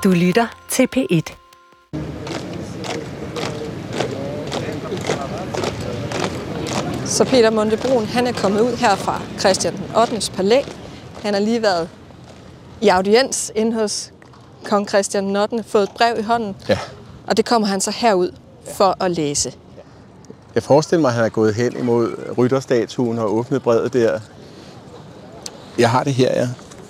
Du lytter til P1. Så Peter Monte-Bruun, han er kommet ud her fra Christian den 8. palæ. Han har lige været i audiens inde hos kong Christian den 8. fået et brev i hånden. Ja. Og det kommer han så herud for at læse. Jeg forestiller mig, at han er gået hen imod rytterstatuen og åbnet brevet der. Jeg har det her, ja.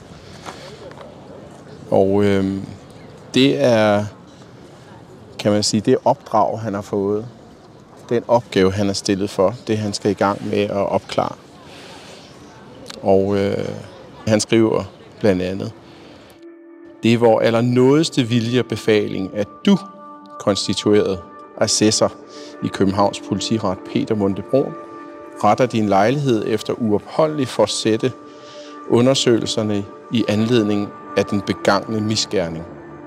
Og det er, kan man sige, det opdrag, han har fået. Den opgave, han er stillet for, det han skal i gang med at opklare. Og han skriver blandt andet: det er vor allernådigste vilje og befaling, at du, konstitueret assessor i Københavns Politiret Peter Monte-Bruun, retter din lejlighed efter uopholdeligt forsætte undersøgelserne i anledning af den begangne misgerning.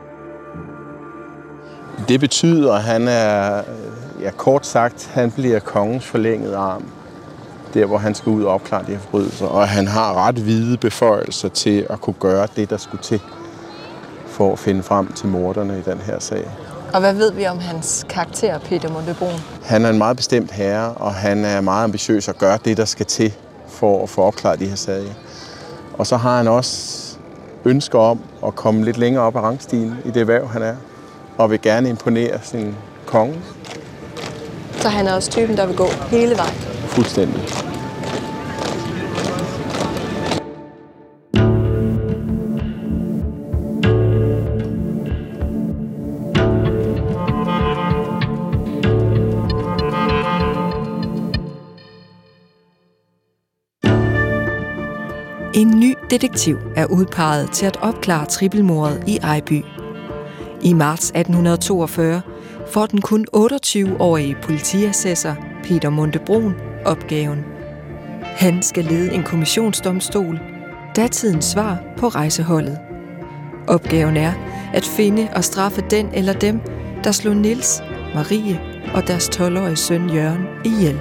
Det betyder, at han er, ja, kort sagt, han bliver kongens forlængede arm, der hvor han skal ud og opklare de her forbrydelser, og han har ret vide beføjelser til at kunne gøre det, der skulle til for at finde frem til morderne i den her sag. Og hvad ved vi om hans karakter, Peter Monte-Bruun? Han er en meget bestemt herre, og han er meget ambitiøs at gøre det, der skal til for at få opklaret de her sager. Og så har han også ønsker om at komme lidt længere op ad rangstigen i det erhverv, han er, og vil gerne imponere sin konge. Så han er også typen, der vil gå hele vejen? Fuldstændig. En ny detektiv er udpeget til at opklare trippelmordet i Ejby. I marts 1842 får den kun 28-årige politiassessor Peter Monte-Bruun opgaven. Han skal lede en kommissionsdomstol, datidens svar på rejseholdet. Opgaven er at finde og straffe den eller dem, der slog Niels, Marie og deres 12-årige søn Jørgen ihjel.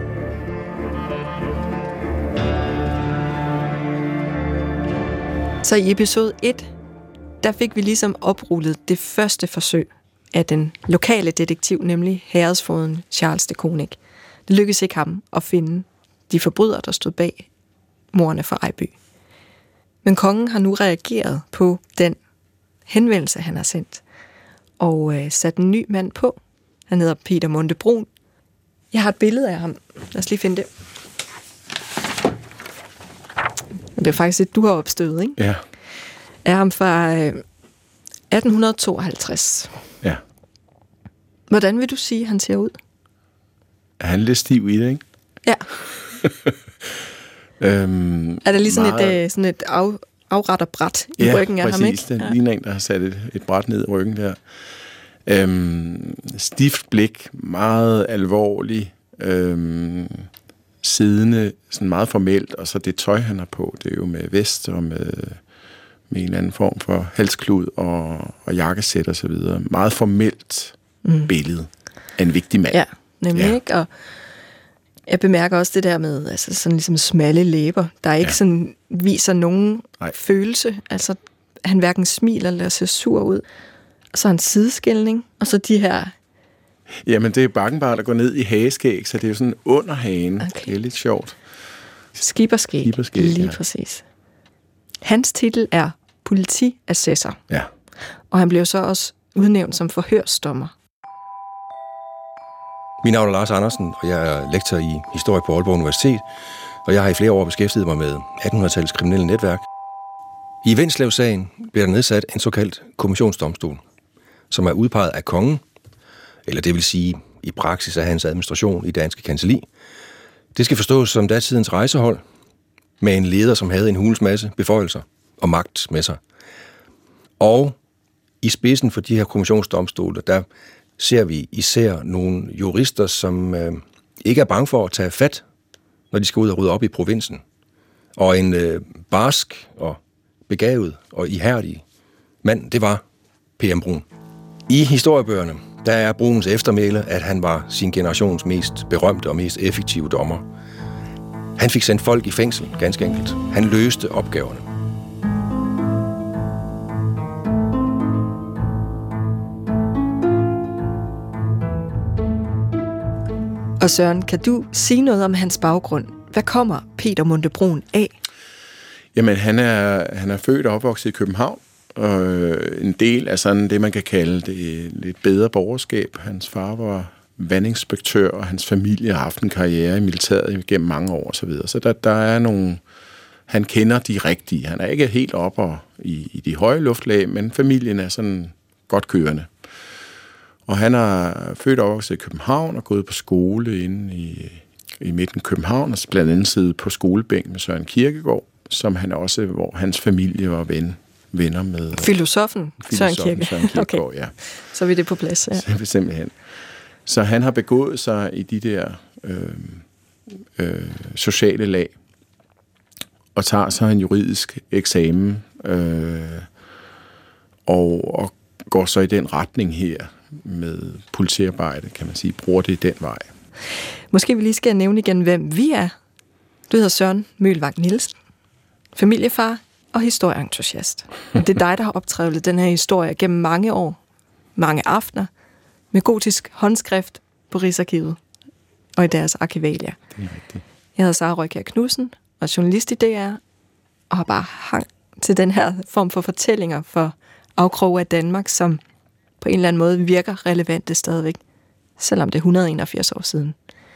Så i episode 1, der fik vi ligesom oprullet det første forsøg af den lokale detektiv, nemlig herredsfogeden Charles de Koning. Det lykkedes ikke ham at finde de forbrydere, der stod bag mordene fra Ejby. Men kongen har nu reageret på den henvendelse, han har sendt, og sat en ny mand på. Han hedder Peter Monte-Bruun. Jeg har et billede af ham. Lad os lige finde det. Det er faktisk et, du har opstøvet, ikke? Ja. Er ham fra 1852. Ja. Hvordan vil du sige, han ser ud? Er han lidt stiv i det, ikke? Ja. Er der lige sådan et afretterbræt i ryggen af ham, ikke? Ja, præcis. Den ligner en, der har sat et bræt ned i ryggen der. Stift blik, meget alvorlig, siddende, sådan meget formelt, og så det tøj, han har på, det er jo med vest og med en eller anden form for halsklud og jakkesæt og så videre. Meget formelt billede af en vigtig mand. Ja, nemlig, ikke? Og jeg bemærker også det der med altså sådan ligesom smalle læber, der ikke sådan viser nogen følelse. Altså, han hverken smiler eller ser sur ud. Og så en sideskilning, og så de her... Jamen, det er bakkenbar, der går ned i hageskæg, så det er jo sådan under hagen. Okay. Det er lidt sjovt. Skipperskæg, lige præcis. Hans titel er politiassessor. Ja. Og han blev så også udnævnt som forhørsdommer. Mit navn er Lars Andersen, og jeg er lektor i historie på Aalborg Universitet, og jeg har i flere år beskæftiget mig med 1800-tallets kriminelle netværk. I Venslev-sagen bliver der nedsat en såkaldt kommissionsdomstol, som er udpeget af kongen, eller det vil sige i praksis af hans administration i Danske Kancelli. Det skal forstås som datidens rejsehold, med en leder, som havde en hulens masse beføjelser og magt med sig. Og i spidsen for de her kommissionsdomstole, der ser vi især nogle jurister, som ikke er bange for at tage fat, når de skal ud og rydde op i provinsen. Og en barsk og begavet og ihærdig mand, det var P.M. Bruun. I historiebøgerne, der er Bruuns eftermæle, at han var sin generations mest berømte og mest effektive dommer. Han fik sendt folk i fængsel, ganske enkelt. Han løste opgaverne. Og Søren, kan du sige noget om hans baggrund? Hvad kommer Peter Munte-Bruun af? Jamen, han er født og opvokset i København, og en del af sådan det, man kan kalde det lidt bedre borgerskab. Hans far var vandinspektør, og hans familie har haft en karriere i militæret gennem mange år osv. Så der er nogle... Han kender de rigtige. Han er ikke helt oppe i de høje luftlag, men familien er sådan godt kørende. Og han er født og opvokset i København og gået på skole inde i midten af København, og blandt andet siddet på skolebænk med Søren Kierkegaard, som han også, hvor hans familie var venner med. Filosofen Søren Kierkegaard, okay. Ja. Så er vi det på plads. Ja. Simpelthen. Så han har begået sig i de der sociale lag, og tager så en juridisk eksamen, og går så i den retning her med politiarbejde, kan man sige, bruger det den vej. Måske vi lige skal nævne igen, hvem vi er. Du hedder Søren Møhlvang Nielsen, familiefar og historieentusiast. Det er dig, der har optrævlet den her historie gennem mange år, mange aftener, med gotisk håndskrift på Rigsarkivet og i deres arkivalier. Det er rigtigt. Jeg hedder Sara Røykjær Knudsen, og journalist i DR, og har bare hang til den her form for fortællinger for afkroge af Danmark, som på en eller anden måde virker relevante stadigvæk, selvom det er 181 år siden.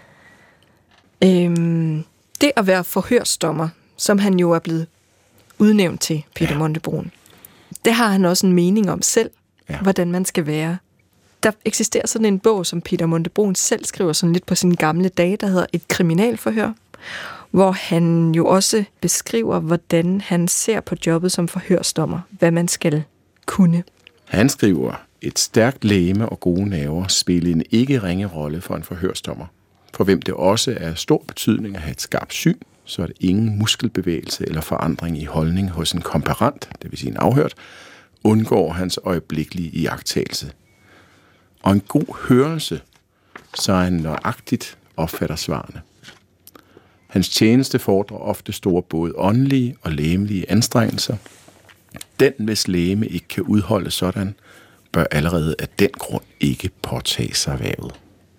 Det at være forhørsdommer, som han jo er blevet udnævnt til, Peter Munte-Bruun, det har han også en mening om selv, hvordan man skal være. Der eksisterer sådan en bog, som Peter Munte-Bruun selv skriver sådan lidt på sine gamle dage, der hedder Et kriminalforhør, hvor han jo også beskriver, hvordan han ser på jobbet som forhørsdommer, hvad man skal kunne. Han skriver, et stærkt legeme og gode nerver spiller en ikke ringe rolle for en forhørsdommer, for hvem det også er stor betydning at have et skarpt syn, så er det ingen muskelbevægelse eller forandring i holdning hos en komparant, det vil sige en afhørt, undgår hans øjeblikkelige iagttagelse. Og en god hørelse, så han nøjagtigt opfatter svarene. Hans tjeneste fordrer ofte store både åndelige og legemlige anstrengelser. Den, hvis legeme ikke kan udholde sådan, bør allerede af den grund ikke påtage sig hvervet.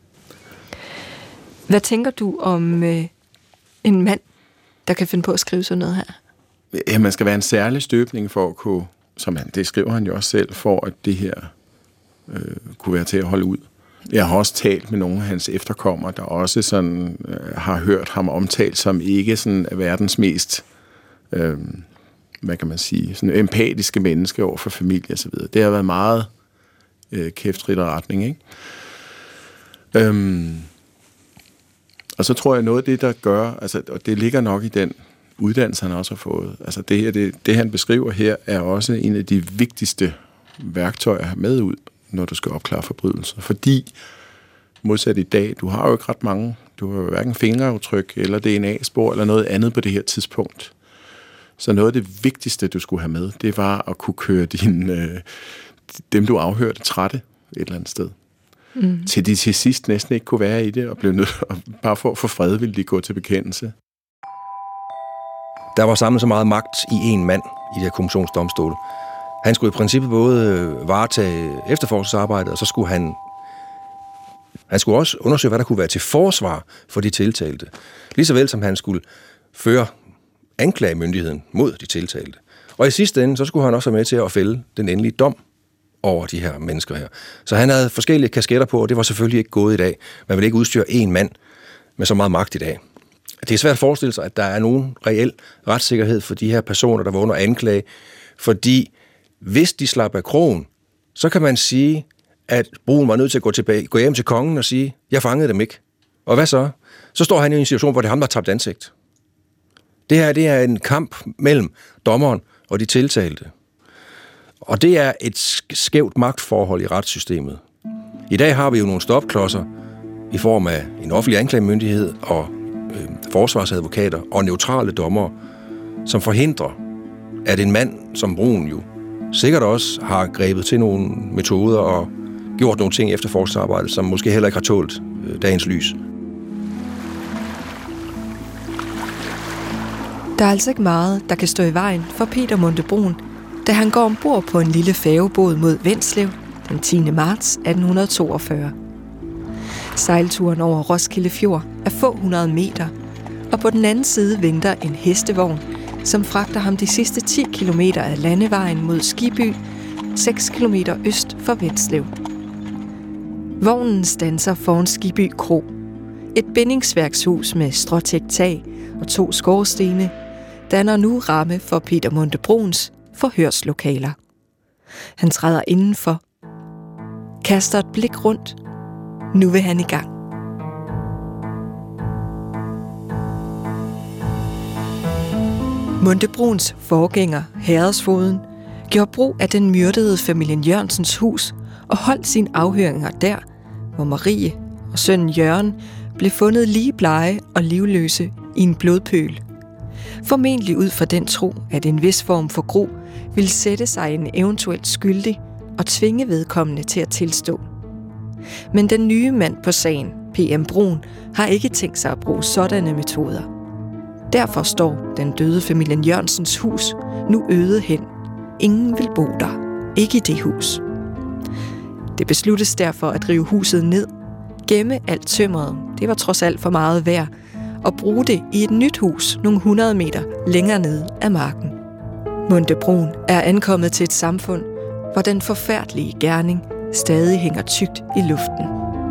Hvad tænker du om en mand, der kan finde på at skrive sådan noget her? Ja, man skal være en særlig støbning for at kunne, det skriver han jo også selv, for at det her kunne være til at holde ud. Jeg har også talt med nogle af hans efterkommere, der også sådan, har hørt ham omtalt som ikke sådan verdens mest, hvad kan man sige, sådan empatiske menneske over for familie og så videre. Det har været meget kæftrit og retning, ikke? Og så tror jeg noget af det, der gør, altså, og det ligger nok i den uddannelse, han også har fået. Altså det han beskriver her, er også en af de vigtigste værktøjer at have med ud, når du skal opklare forbrydelser. Fordi, modsat i dag, du har jo ikke ret mange, du har jo hverken fingeraftryk eller DNA-spor eller noget andet på det her tidspunkt. Så noget af det vigtigste, du skulle have med, det var at kunne køre dem, du afhørte, trætte et eller andet sted. Mm. Til de til sidst næsten ikke kunne være i det, og blev nødt, og bare for at få fred, ville de gå til bekendelse. Der var samlet så meget magt i en mand i det her kommissionsdomstol. Han skulle i princippet både varetage efterforskningsarbejdet, og så skulle han skulle også undersøge, hvad der kunne være til forsvar for de tiltalte. Ligesåvel som han skulle føre anklagemyndigheden mod de tiltalte. Og i sidste ende, så skulle han også være med til at fælde den endelige dom over de her mennesker her. Så han havde forskellige kasketter på, og det var selvfølgelig ikke gået i dag. Man vil ikke udstyre en mand med så meget magt i dag. Det er svært at forestille sig, at der er nogen reel retssikkerhed for de her personer, der var under anklage, fordi hvis de slap af krogen, så kan man sige, at Bruun var nødt til at gå hjem til kongen og sige, jeg fangede dem ikke. Og hvad så? Så står han i en situation, hvor det er ham, der har tabt ansigt. Det her, det er en kamp mellem dommeren og de tiltalte. Og det er et skævt magtforhold i retssystemet. I dag har vi jo nogle stopklodser i form af en offentlig anklagemyndighed og forsvarsadvokater og neutrale dommere, som forhindrer, at en mand som Bruun jo sikkert også har grebet til nogle metoder og gjort nogle ting i efterforskningsarbejdet, som måske heller ikke har tålt dagens lys. Der er altså ikke meget, der kan stå i vejen for Peter Munte-Bruun, da han går ombord på en lille færgebåd mod Vendslev den 10. marts 1842. Sejlturen over Roskilde Fjord er få 100 meter, og på den anden side venter en hestevogn, som fragter ham de sidste 10 kilometer af landevejen mod Skibby, 6 kilometer øst for Venslev. Vognen standser foran Skibby Kro. Et bindingsværkshus med stråtækt tag og 2 skorstene danner nu ramme for Peter Monte-Bruuns forhørslokaler. Han træder indenfor, kaster et blik rundt. Nu vil han i gang. Monte-Bruuns forgænger, herredsfogeden, gjorde brug af den myrdede familien Jørgensens hus og holdt sine afhøringer der, hvor Marie og sønnen Jørgen blev fundet lige blege og livløse i en blodpøl. Formentlig ud fra den tro, at en vis form for gru ville sætte sig en eventuelt skyldig og tvinge vedkommende til at tilstå. Men den nye mand på sagen, P.M. Bruun, har ikke tænkt sig at bruge sådanne metoder. Derfor står den døde familien Jørgensens hus nu øde hen. Ingen vil bo der. Ikke i det hus. Det besluttes derfor at rive huset ned, gemme alt tømmeret, det var trods alt for meget værd, og bruge det i et nyt hus nogle 100 meter længere nede af marken. Monte-Bruun er ankommet til et samfund, hvor den forfærdelige gerning stadig hænger tykt i luften.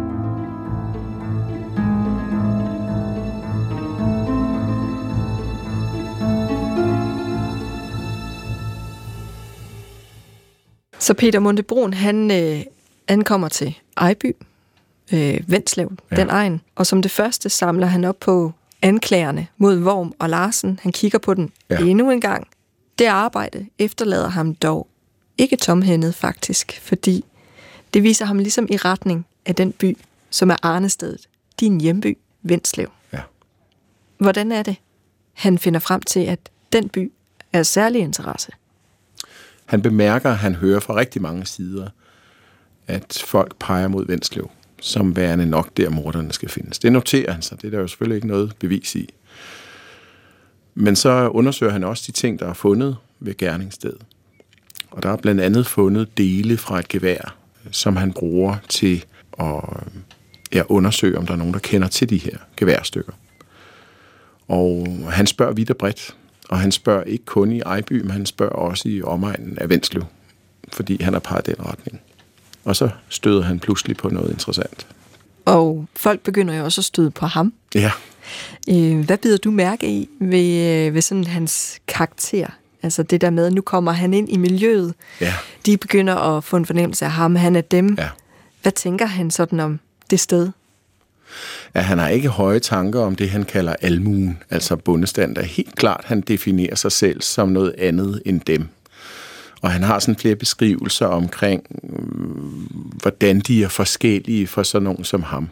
Så Peter Monte-Bruun, han ankommer til Ejby, Venslev, den egen, og som det første samler han op på anklagerne mod Worm og Larsen. Han kigger på den endnu en gang. Det arbejde efterlader ham dog ikke tomhændet faktisk, fordi det viser ham ligesom i retning af den by, som er arnestedet, din hjemby, Venslev. Ja. Hvordan er det, han finder frem til, at den by er af særlig interesse? Han bemærker, at han hører fra rigtig mange sider, at folk peger mod Venslev, som værende nok der morderne skal findes. Det noterer han sig. Det er der jo selvfølgelig ikke noget bevis i. Men så undersøger han også de ting, der er fundet ved gerningsstedet. Og der er blandt andet fundet dele fra et gevær, som han bruger til at undersøge, om der er nogen, der kender til de her geværstykker. Og han spørger vidt og bredt. Og han spørger ikke kun i Ejby, men han spørger også i omegnen af Venslev, fordi han har peget den retning. Og så støder han pludselig på noget interessant. Og folk begynder jo også at støde på ham. Ja. Hvad bider du mærke i ved sådan hans karakter? Altså det der med, at nu kommer han ind i miljøet. Ja. De begynder at få en fornemmelse af ham. Han er dem. Ja. Hvad tænker han sådan om det sted? Ja, han har ikke høje tanker om det, han kalder almuen, altså bondestand. Der er helt klart, han definerer sig selv som noget andet end dem. Og han har sådan flere beskrivelser omkring, hvordan de er forskellige for sådan nogen som ham.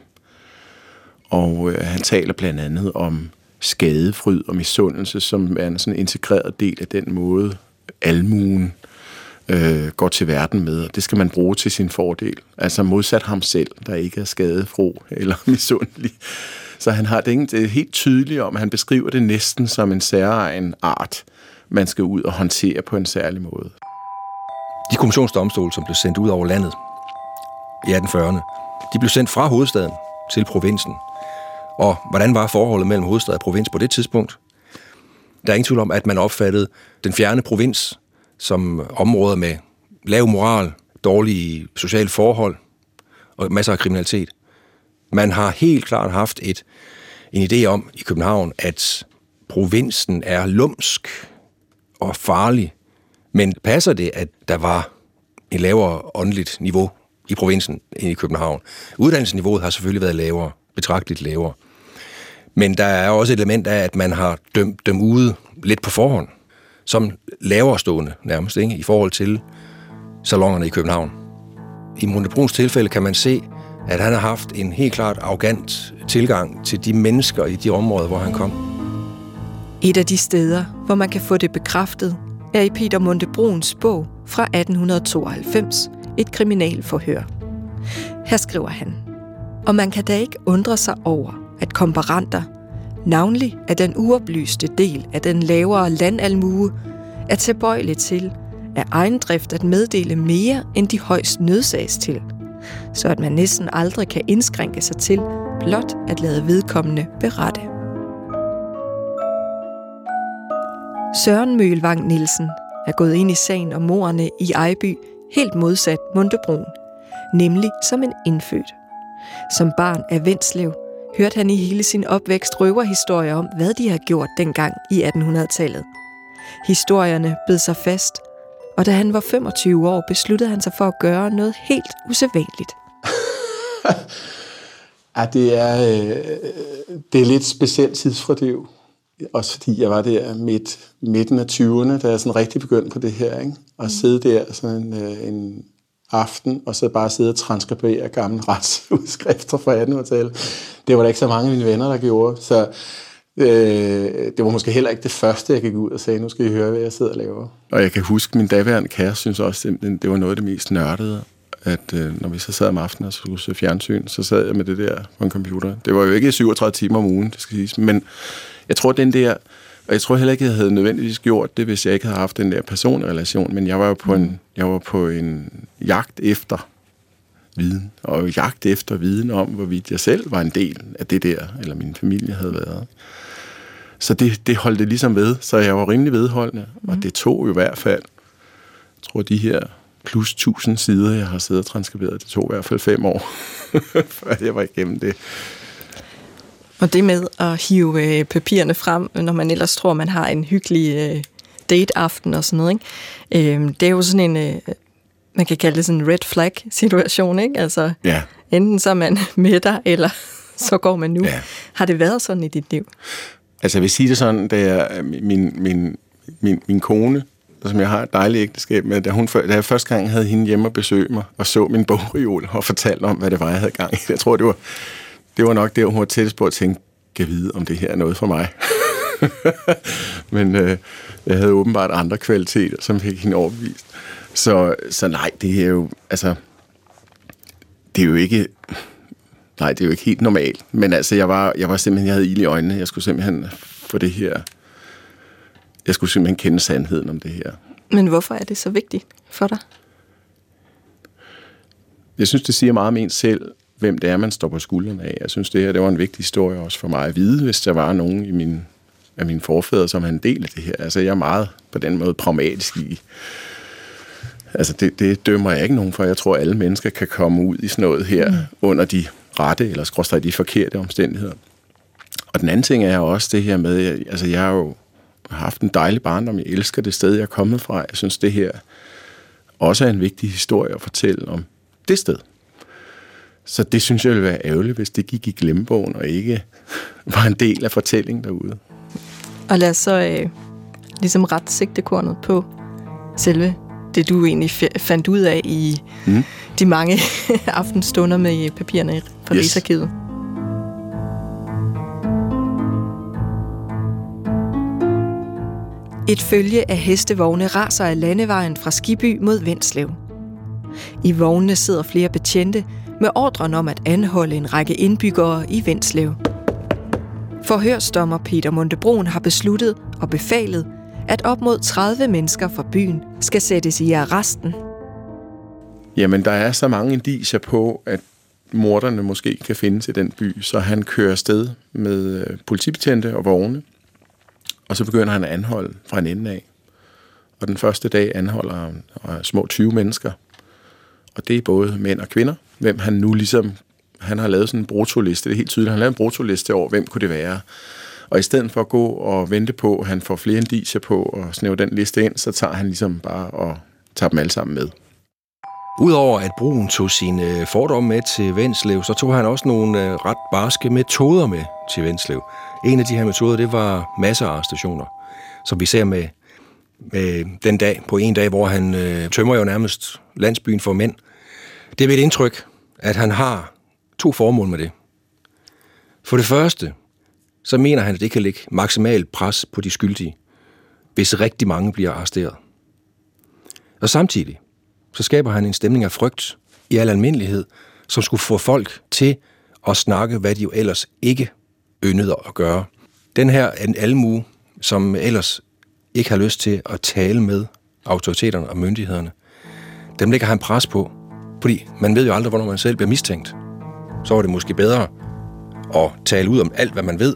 Og han taler blandt andet om skadefryd og misundelse, som er en sådan integreret del af den måde, almuen går til verden med, og det skal man bruge til sin fordel. Altså modsat ham selv, der ikke er skadefro eller misundelig. Så han har det helt tydeligt om, at han beskriver det næsten som en særegen art, man skal ud og håndtere på en særlig måde. De kommissionsdomstole, som blev sendt ud over landet i 1840'erne, de blev sendt fra hovedstaden til provinsen. Og hvordan var forholdet mellem hovedstad og provins på det tidspunkt? Der er ingen tvivl om, at man opfattede den fjerne provins som områder med lav moral, dårlige sociale forhold og masser af kriminalitet. Man har helt klart haft en idé om i København, at provinsen er lumsk og farlig. Men passer det, at der var et lavere åndeligt niveau i provinsen end i København? Uddannelsesniveauet har selvfølgelig været lavere, betragteligt lavere. Men der er også et element af, at man har dømt dem ude lidt på forhånd, som lavere stående nærmest, ikke? I forhold til salonerne i København. I Monte-Bruuns tilfælde kan man se, at han har haft en helt klart arrogant tilgang til de mennesker i de områder, hvor han kom. Et af de steder, hvor man kan få det bekræftet, er i Peter Monte-Bruuns bog fra 1892, Et kriminalforhør. Her skriver han: Og man kan da ikke undre sig over, at komparanter, navnlig af den uoplyste del af den lavere landalmue, er tilbøjelige til af egen drift at meddele mere, end de højst nødsages til, så at man næsten aldrig kan indskrænke sig til blot at lade vedkommende berette. Søren Mølvang Nielsen er gået ind i sagen om mordene i Ejby helt modsat Munthe-Brun, nemlig som en indfødt. Som barn af Vendslev hørte han i hele sin opvækst røverhistorier om, hvad de har gjort dengang i 1800-tallet. Historierne bed sig fast, og da han var 25 år, besluttede han sig for at gøre noget helt usædvanligt. Ja, det er lidt specielt tidsfordriv. Også fordi jeg var der midten af 20'erne, da jeg sådan rigtig begyndte på det her, ikke? Og sidde der sådan en aften, og så bare sidde og transkribere gamle retsudskrifter fra 1800-tallet. Det var der ikke så mange af mine venner, der gjorde. Så det var måske heller ikke det første, jeg gik ud og sagde, nu skal I høre, hvad jeg sidder og laver. Og jeg kan huske, min daværende kæreste synes også, det var noget af det mest nørdede, at når vi så sad om aftenen og skulle se fjernsyn, så sad jeg med det der på en computer. Det var jo ikke 37 timer om ugen, det skal siges, men jeg tror, den der, og jeg tror heller ikke, jeg havde nødvendigvis gjort det, hvis jeg ikke havde haft den der personrelation, men jeg var jo på en jagt efter viden, og jagt efter viden om, hvorvidt jeg selv var en del af det der, eller min familie havde været. Så det holdt det ligesom ved, så jeg var rimelig vedholdende, og det tog jo i hvert fald, jeg tror, de her plus 1000 sider, jeg har siddet og transkriberet, det tog i hvert fald 5 år, før jeg var igennem det. Og det med at hive papirerne frem, når man ellers tror, man har en hyggelig dateaften og sådan noget, ikke? Det er jo sådan en, man kan kalde det sådan en red flag situation, ikke? Altså, ja. Enten så er man med dig, eller så går man nu. Ja. Har det været sådan i dit liv? Altså, jeg vil sige det sådan, da min kone, som jeg har et dejligt ægteskab med, da jeg første gang havde hende hjemme og besøge mig, og så min bogreol og fortalte om, hvad det var, jeg havde gang i. Jeg tror, det var nok der, hun var tættest på at tænke, kan vide, om det her er noget for mig. Men jeg havde åbenbart andre kvaliteter, som fik hende overbevist. Så nej, det er jo, altså, det er jo ikke helt normalt. Men altså, jeg havde ild i øjnene. Jeg skulle simpelthen få det her, jeg skulle simpelthen kende sandheden om det her. Men hvorfor er det så vigtigt for dig? Jeg synes, det siger meget om en selv, hvem det er, man står på skuldrene af. Jeg synes, det var en vigtig historie også for mig at vide, hvis der var nogen af mine forfædre, som havde en del af det her. Altså, jeg er meget på den måde pragmatisk i. Altså, det dømmer jeg ikke nogen for. Jeg tror, alle mennesker kan komme ud i sådan noget her under de rette, eller skråstreg de forkerte omstændigheder. Og den anden ting er også det her med, altså, jeg har jo haft en dejlig barndom. Jeg elsker det sted, jeg er kommet fra. Jeg synes, det her også er en vigtig historie at fortælle om det sted. Så det synes jeg ville være ærgerligt, hvis det gik i glemmebogen og ikke var en del af fortællingen derude. Og lad os så ligesom ret sigtekornet på selve det, du egentlig fandt ud af i de mange aftenstunder med papirerne fra Rigsarkivet. Et følge af hestevogne raser af landevejen fra Skibby mod Vendslev. I vognene sidder flere betjente med ordren om at anholde en række indbyggere i Vendslev. Forhørsdommer Peter Munthe-Brun har besluttet og befalet, at op mod 30 mennesker fra byen skal sættes i arresten. Jamen, der er så mange indicier på, at morderne måske kan findes i den by, så han kører afsted med politibetjente og vogne, og så begynder han at anholde fra en ende af. Og den første dag anholder han små 20 mennesker, og det er både mænd og kvinder, hvem han nu ligesom, han har lavet sådan en brutoliste, det er helt tydeligt, han har lavet en brutoliste over, hvem kunne det være. Og i stedet for at gå og vente på, at han får flere indicier på og snæve den liste ind, så tager han ligesom bare og tager dem alle sammen med. Udover at Brun tog sine fordomme med til Vendslev, så tog han også nogle ret barske metoder med til Vendslev. En af de her metoder, det var massearrestationer, som vi ser med den dag, på en dag, hvor han tømmer jo nærmest landsbyen for mænd. Det er ved et indtryk, at han har 2 formål med det. For det første, så mener han, at det kan lægge maksimalt pres på de skyldige, hvis rigtig mange bliver arresteret. Og samtidig, så skaber han en stemning af frygt i al almindelighed, som skulle få folk til at snakke, hvad de jo ellers ikke yndede at gøre. Den her almue, som ellers ikke har lyst til at tale med autoriteterne og myndighederne, dem lægger han pres på Fordi man ved jo aldrig, hvornår man selv bliver mistænkt. Så var det måske bedre at tale ud om alt, hvad man ved.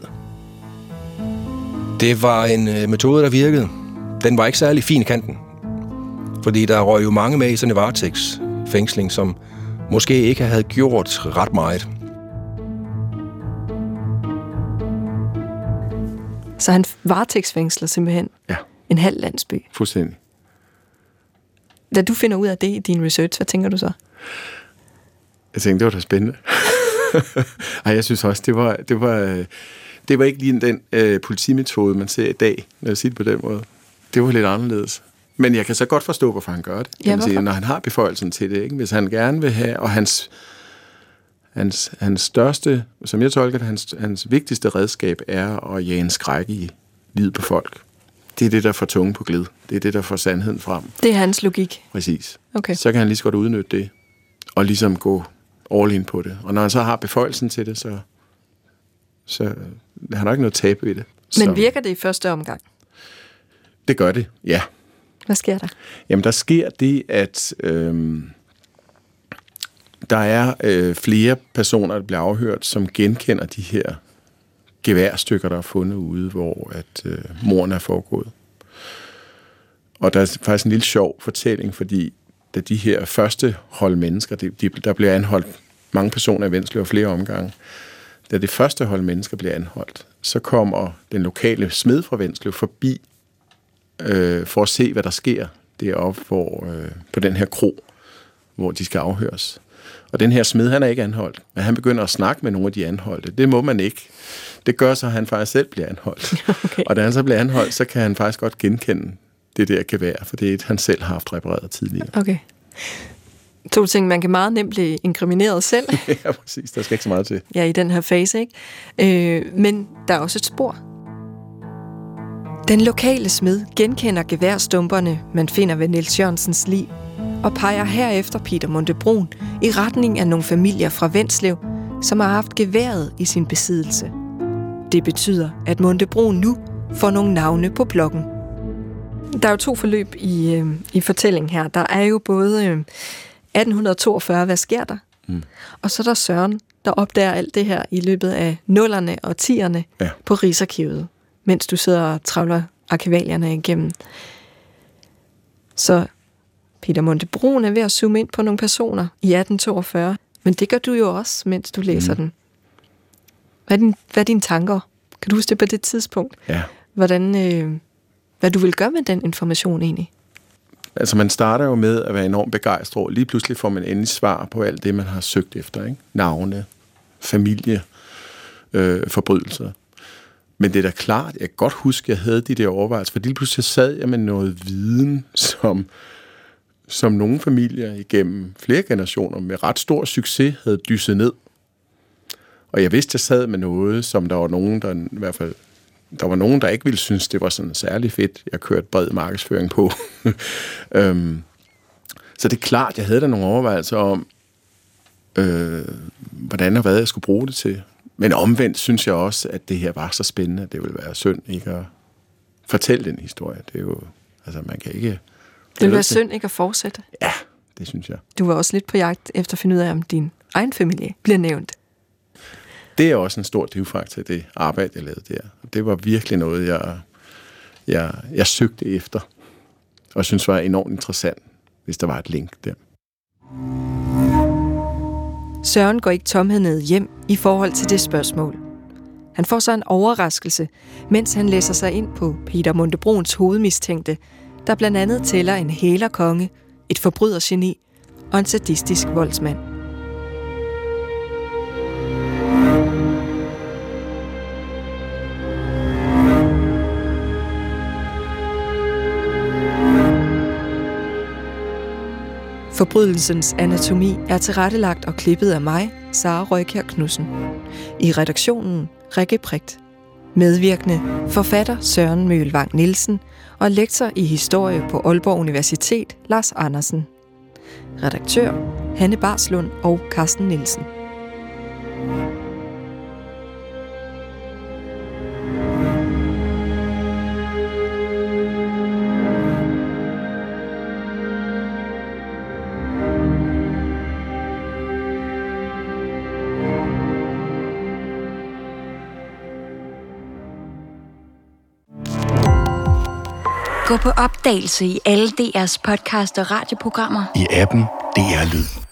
Det var en metode, der virkede. Den var ikke særlig fin i kanten. Fordi der røg jo mange med i sådan en varetægtsfængsling, som måske ikke havde gjort ret meget. Så han varetægtsfængsler simpelthen en halv landsby? Fuldstændig. Da du finder ud af det i din research, hvad tænker du så? Jeg tænkte, det var da spændende. Ej, jeg synes også, det var ikke lige den politimetode, man ser i dag, når jeg siger det på den måde. Det var lidt anderledes. Men jeg kan så godt forstå, hvorfor han gør det. Ja, sige, når han har beføjelsen til det. Ikke? Hvis han gerne vil have, og hans største, som jeg tolker det, hans vigtigste redskab er at jage en skræk i livet på folk. Det er det, der får tungen på glid. Det er det, der får sandheden frem. Det er hans logik? Præcis. Okay. Så kan han lige så godt udnytte det, og ligesom gå all in på det. Og når han så har beføjelsen til det, så han har ikke noget tab i det. Men virker det i første omgang? Det gør det, ja. Hvad sker der? Jamen, der sker det, at der er flere personer, der bliver afhørt, som genkender de her geværstykker, der er fundet ude, hvor at mordene er foregået. Og der er faktisk en lille sjov fortælling, fordi da de her første hold mennesker, der bliver anholdt mange personer i Vendslev og flere omgange, da det første hold mennesker bliver anholdt, så kommer den lokale smed fra Vendslev forbi for at se, hvad der sker deroppe på den her kro, hvor de skal afhøres. Og den her smed, han er ikke anholdt, men han begynder at snakke med nogle af de anholdte. Det må man ikke. Det gør så, at han faktisk selv bliver anholdt. Okay. Og da han så bliver anholdt, så kan han faktisk godt genkende det der gevær, for det er et, han selv har haft repareret tidligere. Okay. To ting, man kan meget nemt blive inkrimineret selv. Ja, præcis. Der skal ikke så meget til. Ja, i den her fase, ikke? Men der er også et spor. Den lokale smed genkender geværstumperne, man finder ved Niels Jørgensens lig, og peger herefter Peter Montebrun i retning af nogle familier fra Vendslev, som har haft geværet i sin besiddelse. Det betyder, at Montebrun nu får nogle navne på blokken. Der er jo to forløb i fortællingen her. Der er jo både 1842, hvad sker der? Og så er der Søren, der opdager alt det her i løbet af 0'erne og 10'erne på Rigsarkivet, mens du sidder og travler arkivalierne igennem. Så Peter Montebrun er ved at zoome ind på nogle personer i 1842, men det gør du jo også, mens du læser den. Hvad er dine tanker? Kan du huske det på det tidspunkt? Ja. Hvad du vil gøre med den information egentlig? Altså man starter jo med at være enormt begejstret. Lige pludselig får man endelig svar på alt det, man har søgt efter. Ikke? Navne, familie, forbrydelser. Men det er da klart, jeg kan godt huske, at jeg havde de der overvejelser, for lige pludselig sad jeg med noget viden, som nogle familier igennem flere generationer med ret stor succes havde dysset ned. Og jeg vidste, at jeg sad med noget, som der var nogen, der i hvert fald der var nogen, der ikke ville synes, det var sådan særlig fedt. Jeg kørte bred markedsføring på. Så det er klart, jeg havde der nogle overvejelser om, hvordan og hvad jeg skulle bruge det til. Men omvendt synes jeg også, at det her var så spændende, at det ville være synd ikke at fortælle den historie. Det er jo, altså man kan ikke... Det ville være synd ikke at fortsætte? Ja, det synes jeg. Du var også lidt på jagt efter at finde ud af, om din egen familie bliver nævnt. Det er også en stor drivfaktor i det arbejde, jeg lavede der. Det var virkelig noget, jeg søgte efter, og synes var enormt interessant, hvis der var et link der. Søren går ikke tomhændet hjem i forhold til det spørgsmål. Han får så en overraskelse, mens han læser sig ind på Peter Montebruns hovedmistænkte, der blandt andet tæller en hælerkonge, et forbrydergeni og en sadistisk voldsmand. Forbrydelsens anatomi er tilrettelagt og klippet af mig, Sara Røykjær Knudsen. I redaktionen Rikke Prigt. Medvirkende forfatter Søren Møgelvang Nielsen og lektor i historie på Aalborg Universitet Lars Andersen. Redaktør Hanne Barslund og Carsten Nielsen. Gå på opdagelse i alle DR's podcast og radioprogrammer. I appen DR Lyd.